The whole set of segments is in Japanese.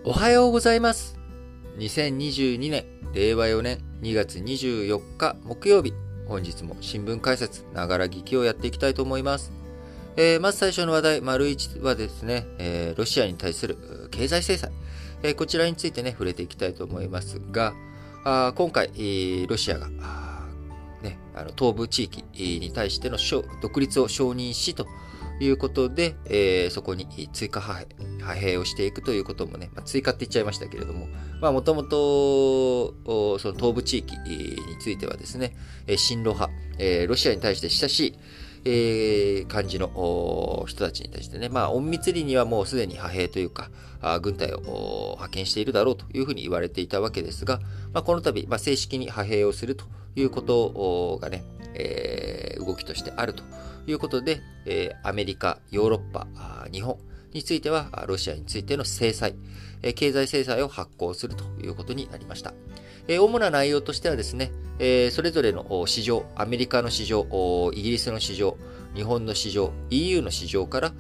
おはようございます。2022年令和4年2月24日木曜日、本日も新聞解説ながら聞きをやっていきたいと思います。まず最初の話題、丸1はですね、ロシアに対する経済制裁、こちらについてね、触れていきたいと思いますが、今回、ロシアが東部地域に対しての独立を承認しということで、そこに追加派兵をしていくということもね、追加って言っちゃいましたけれども、もともとその東部地域についてはですね、親ロ派、ロシアに対して親しい感じの人たちに対してね、隠密裏にはもうすでに派兵というか、軍隊を派遣しているだろうというふうに言われていたわけですが、この度、正式に派兵をするということがね、動きとしてあるということで、アメリカ、ヨーロッパ、日本については、ロシアについての制裁、経済制裁を発行するということになりました。主な内容としてはですね、それぞれの市場、アメリカの市場、イギリスの市場、日本の市場、EU の市場から、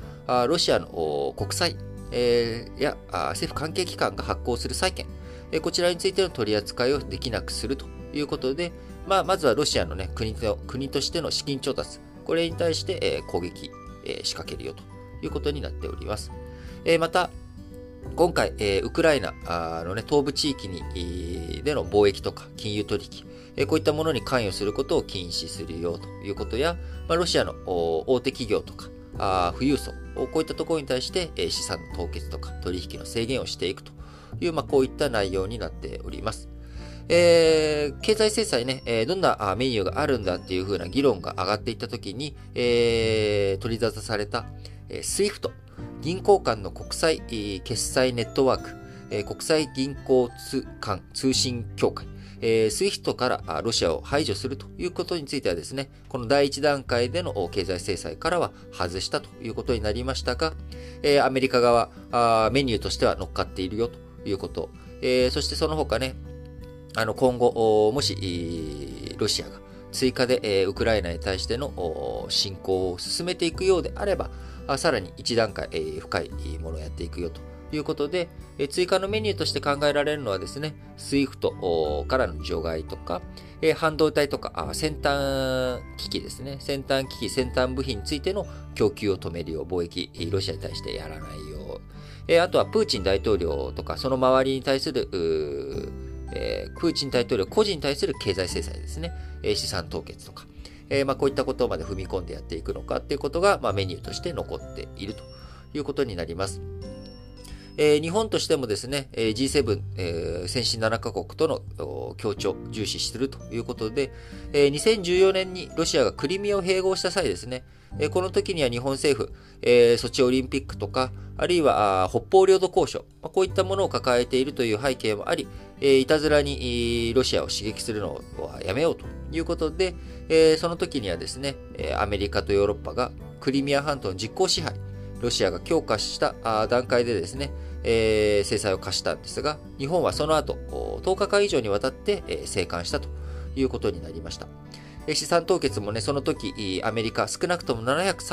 ロシアの国債、や政府関係機関が発行する債券、こちらについての取り扱いをできなくするということで、まずはロシアのね、国としての資金調達、これに対して、攻撃、仕掛けるよということになっております。また、今回、ウクライナのね、東部地域での貿易とか金融取引、こういったものに関与することを禁止するよということや、ロシアの大手企業とか、富裕層、こういったところに対して、資産の凍結とか取引の制限をしていくという、こういった内容になっております。経済制裁ね、どんなメニューがあるんだっていう風な議論が上がっていったときに、取り沙汰された、SWIFT、銀行間の国際決済ネットワーク、国際銀行間通信協会、SWIFT からロシアを排除するということについてはですね、この第一段階での経済制裁からは外したということになりましたが、アメリカ側、メニューとしては乗っかっているよということ、そしてその他ね、今後、もし、ロシアが追加で、ウクライナに対しての侵攻を進めていくようであれば、さらに一段階、深いものをやっていくよということで、追加のメニューとして考えられるのはですね、SWIFT からの除外とか、半導体とか先端機器ですね、先端機器、先端部品についての供給を止めるよう、貿易、ロシアに対してやらないよう、あとはプーチン大統領とか、その周りに対する、プーチン大統領個人に対する経済制裁ですね、資産凍結とか、こういったことまで踏み込んでやっていくのかっていうことが、メニューとして残っているということになります。日本としてもですね、G7、先進7カ国との協調、重視するということで、2014年にロシアがクリミアを併合した際ですね、この時には日本政府、ソチオリンピックとか、あるいは北方領土交渉、こういったものを抱えているという背景もあり、いたずらにロシアを刺激するのはやめようということで、その時にはですね、アメリカとヨーロッパがクリミア半島の実効支配、ロシアが強化した段階でですね、制裁を科したんですが、日本はその後、10日間以上にわたって静観したということになりました。資産凍結もね、その時、アメリカ少なくとも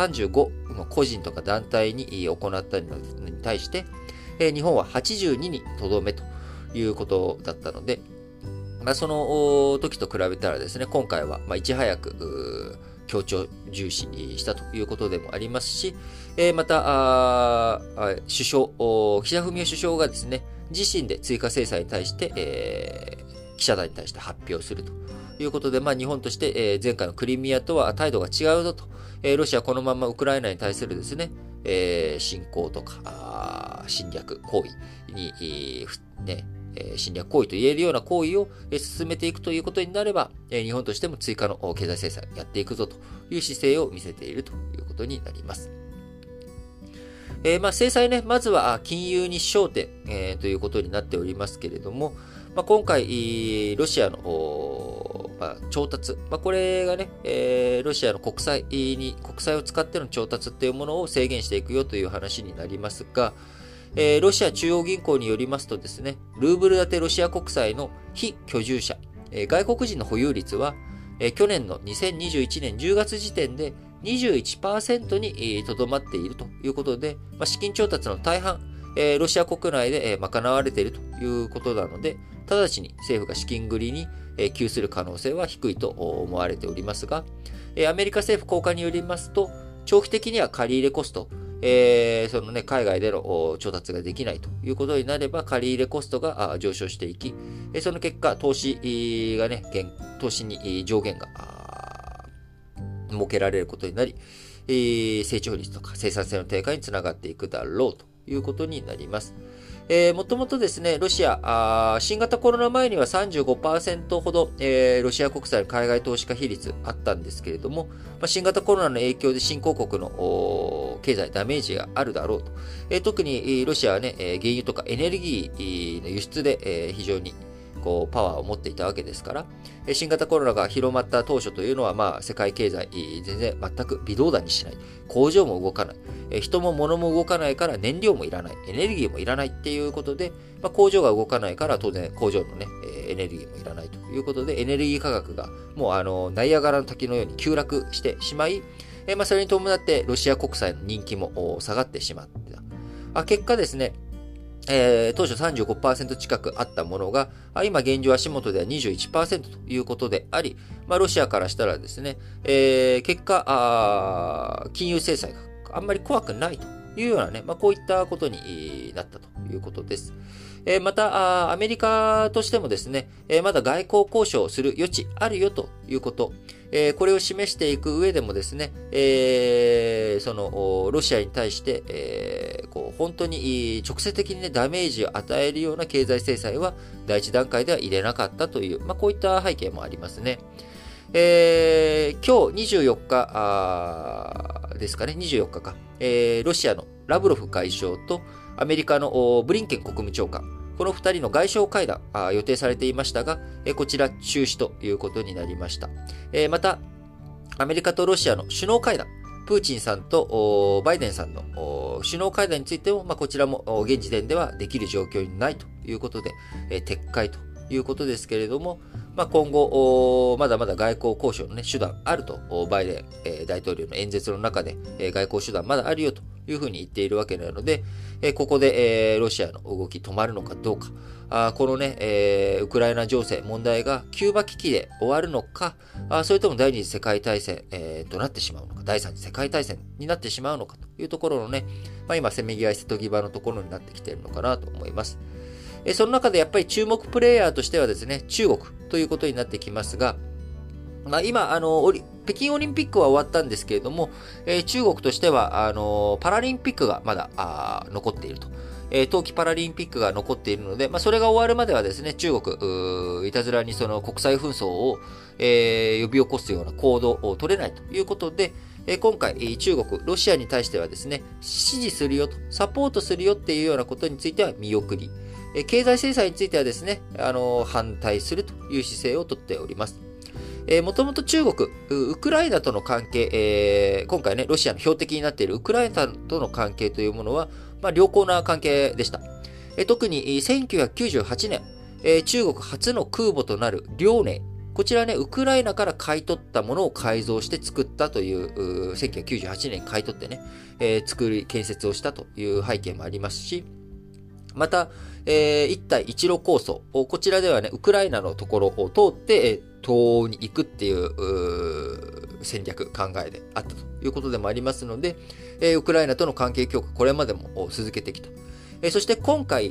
735の個人とか団体に行ったのに対して、日本は82にとどめということだったので、その時と比べたらですね、今回はいち早く強調重視したということでもありますし、また、岸田文雄首相がですね、自身で追加制裁に対して、記者団に対して発表するということで、日本として、前回のクリミアとは態度が違うぞと、ロシアはこのままウクライナに対するですね、侵攻とか、侵略行為に、侵略行為と言えるような行為を進めていくということになれば、日本としても追加の経済制裁をやっていくぞという姿勢を見せているということになります。制裁ね、まずは金融に焦点、ということになっておりますけれども、今回、ロシアの、調達、これがね、ロシアの国債を使っての調達っていうものを制限していくよという話になりますが、ロシア中央銀行によりますとですね、ルーブル建てロシア国債の非居住者、外国人の保有率は、去年の2021年10月時点で 21% にとどまっているということで、資金調達の大半、 ロシア国内で、賄われているということなので、直ちに政府が資金繰りに、給する可能性は低いと思われておりますが、アメリカ政府高官によりますと、長期的には借り入れコスト、そのね、海外での調達ができないということになれば、借り入れコストが上昇していき、その結果、投資がね、投資に上限が設けられることになり、成長率とか生産性の低下につながっていくだろうということになります。もともとですね、ロシア、新型コロナ前には 35% ほど、ロシア国債の海外投資家比率あったんですけれども、新型コロナの影響で新興国の経済ダメージがあるだろうと。特にロシアはね、原油とかエネルギーの輸出で、非常にパワーを持っていたわけですから、新型コロナが広まった当初というのは、世界経済、全然全く微動だにしない。工場も動かない。人も物も動かないから燃料もいらない。エネルギーもいらないっていうことで、工場が動かないから当然工場のね、エネルギーもいらないということで、エネルギー価格がもうナイアガラの滝のように急落してしまい、それに伴ってロシア国債の人気も下がってしまった。結果ですね、当初 35% 近くあったものが、今現状足元では 21% ということであり、ロシアからしたらですね、結果、金融制裁があんまり怖くないというようなね、こういったことになったということです。また、アメリカとしてもですね、まだ外交交渉をする余地あるよということ、これを示していく上でもですね、そのロシアに対して、本当に直接的に、ね、ダメージを与えるような経済制裁は第一段階では入れなかったという、こういった背景もありますね。今日24日ですかね、24日か、ロシアのラブロフ外相とアメリカのブリンケン国務長官、この2人の外相会談予定されていましたが、こちら中止ということになりました。また、アメリカとロシアの首脳会談、プーチンさんとバイデンさんの首脳会談についても、こちらも現時点ではできる状況にないということで、撤回ということですけれども、今後、まだまだ外交交渉の、ね、手段あると、バイデン大統領の演説の中で、外交手段まだあるよというふうに言っているわけなので、ここで、ロシアの動き止まるのかどうか、このね、ウクライナ情勢問題がキューバ危機で終わるのか、それとも第二次世界大戦、となってしまうのか、第三次世界大戦になってしまうのかというところのね、今、せめぎ合い瀬戸際のところになってきているのかなと思います。その中でやっぱり注目プレイヤーとしてはですね、中国ということになってきますが、今、北京オリンピックは終わったんですけれども、中国としては、パラリンピックがまだ残っていると。冬季パラリンピックが残っているので、それが終わるまではですね、中国、いたずらにその国際紛争を、呼び起こすような行動を取れないということで、今回、中国、ロシアに対してはですね、支持するよと、サポートするよっていうようなことについては見送り、経済制裁についてはですね、反対するという姿勢をとっております。もともと中国、ウクライナとの関係、今回ね、ロシアの標的になっているウクライナとの関係というものは、良好な関係でした。特に1998年、中国初の空母となる遼寧、こちらね、ウクライナから買い取ったものを改造して作ったという、1998年買い取ってね、建設をしたという背景もありますし、また、一帯一路構想、こちらではね、ウクライナのところを通って、東欧に行くっていう戦略、考えであったということでもありますので、ウクライナとの関係強化、これまでも続けてきた。そして今回、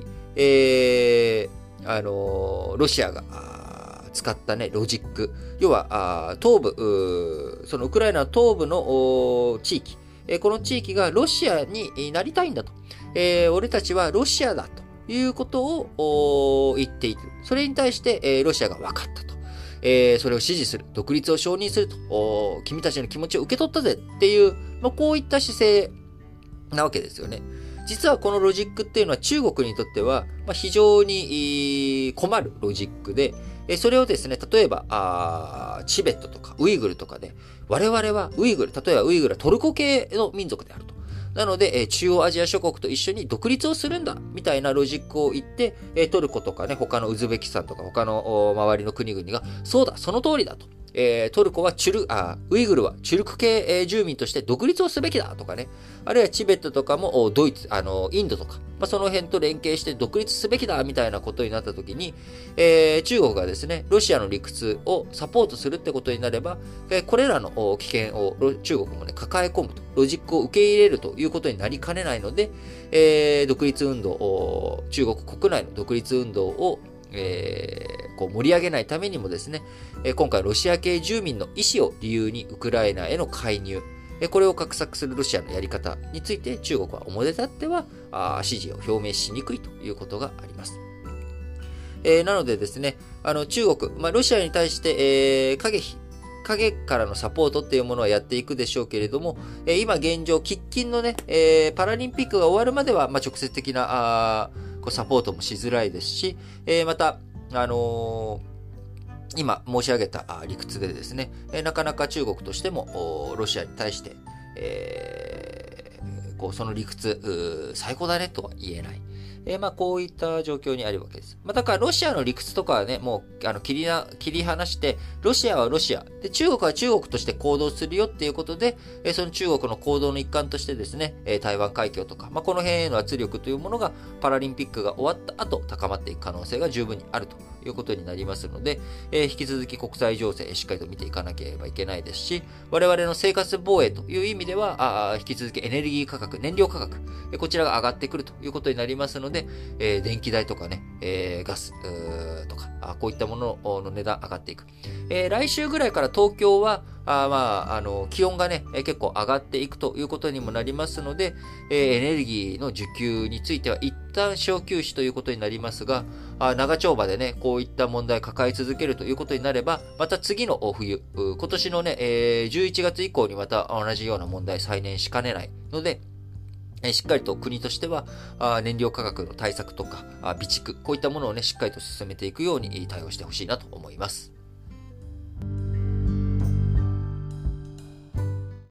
ロシアが使ったね、ロジック、要は東部、そのウクライナの東部の地域、この地域がロシアになりたいんだと。俺たちはロシアだということを言っている。それに対して、ロシアが分かったと。それを支持する。独立を承認すると。君たちの気持ちを受け取ったぜっていう、こういった姿勢なわけですよね。実はこのロジックっていうのは中国にとっては、非常に困るロジックで、それをですね、例えば、チベットとかウイグルとかで、我々はウイグル、例えばウイグルはトルコ系の民族であると。なので、中央アジア諸国と一緒に独立をするんだ、みたいなロジックを言って、トルコとかね、他のウズベキスタンとか他の周りの国々が、そうだ、その通りだと、 トルコはウイグルはチュルク系住民として独立をすべきだとかね、あるいはチベットとかもドイツ、インドとか、その辺と連携して独立すべきだみたいなことになったときに、中国がですね、ロシアの理屈をサポートするってことになれば、これらの危険を中国もね、抱え込むと、ロジックを受け入れるということになりかねないので、独立運動、中国国内の独立運動を盛り上げないためにもですね、今回ロシア系住民の意思を理由にウクライナへの介入、これを画策するロシアのやり方について中国は表立っては支持を表明しにくいということがあります。なのでですね、中国、ロシアに対して、影からのサポートっていうものはやっていくでしょうけれども、今現状、喫緊のね、パラリンピックが終わるまでは、直接的なサポートもしづらいですし、また、今申し上げた理屈でですね、なかなか中国としてもロシアに対して、その理屈最高だねとは言えない。こういった状況にあるわけです。だからロシアの理屈とかはね、もう切り離して、ロシアはロシアで、中国は中国として行動するよっていうことで、その中国の行動の一環としてですね、台湾海峡とか、この辺への圧力というものがパラリンピックが終わった後高まっていく可能性が十分にあるということになりますので、引き続き国際情勢しっかりと見ていかなければいけないですし、我々の生活防衛という意味では、引き続きエネルギー価格、燃料価格、こちらが上がってくるということになりますので、電気代とかね、ガスとか、こういったものの値段上がっていく。来週ぐらいから東京は、気温がね、結構上がっていくということにもなりますので、エネルギーの需給については一旦小休止ということになりますが、長丁場でね、こういった問題を抱え続けるということになれば、また次の冬、今年のね、11月以降にまた同じような問題再燃しかねないので、しっかりと国としては燃料価格の対策とか備蓄、こういったものをね、しっかりと進めていくように対応してほしいなと思います。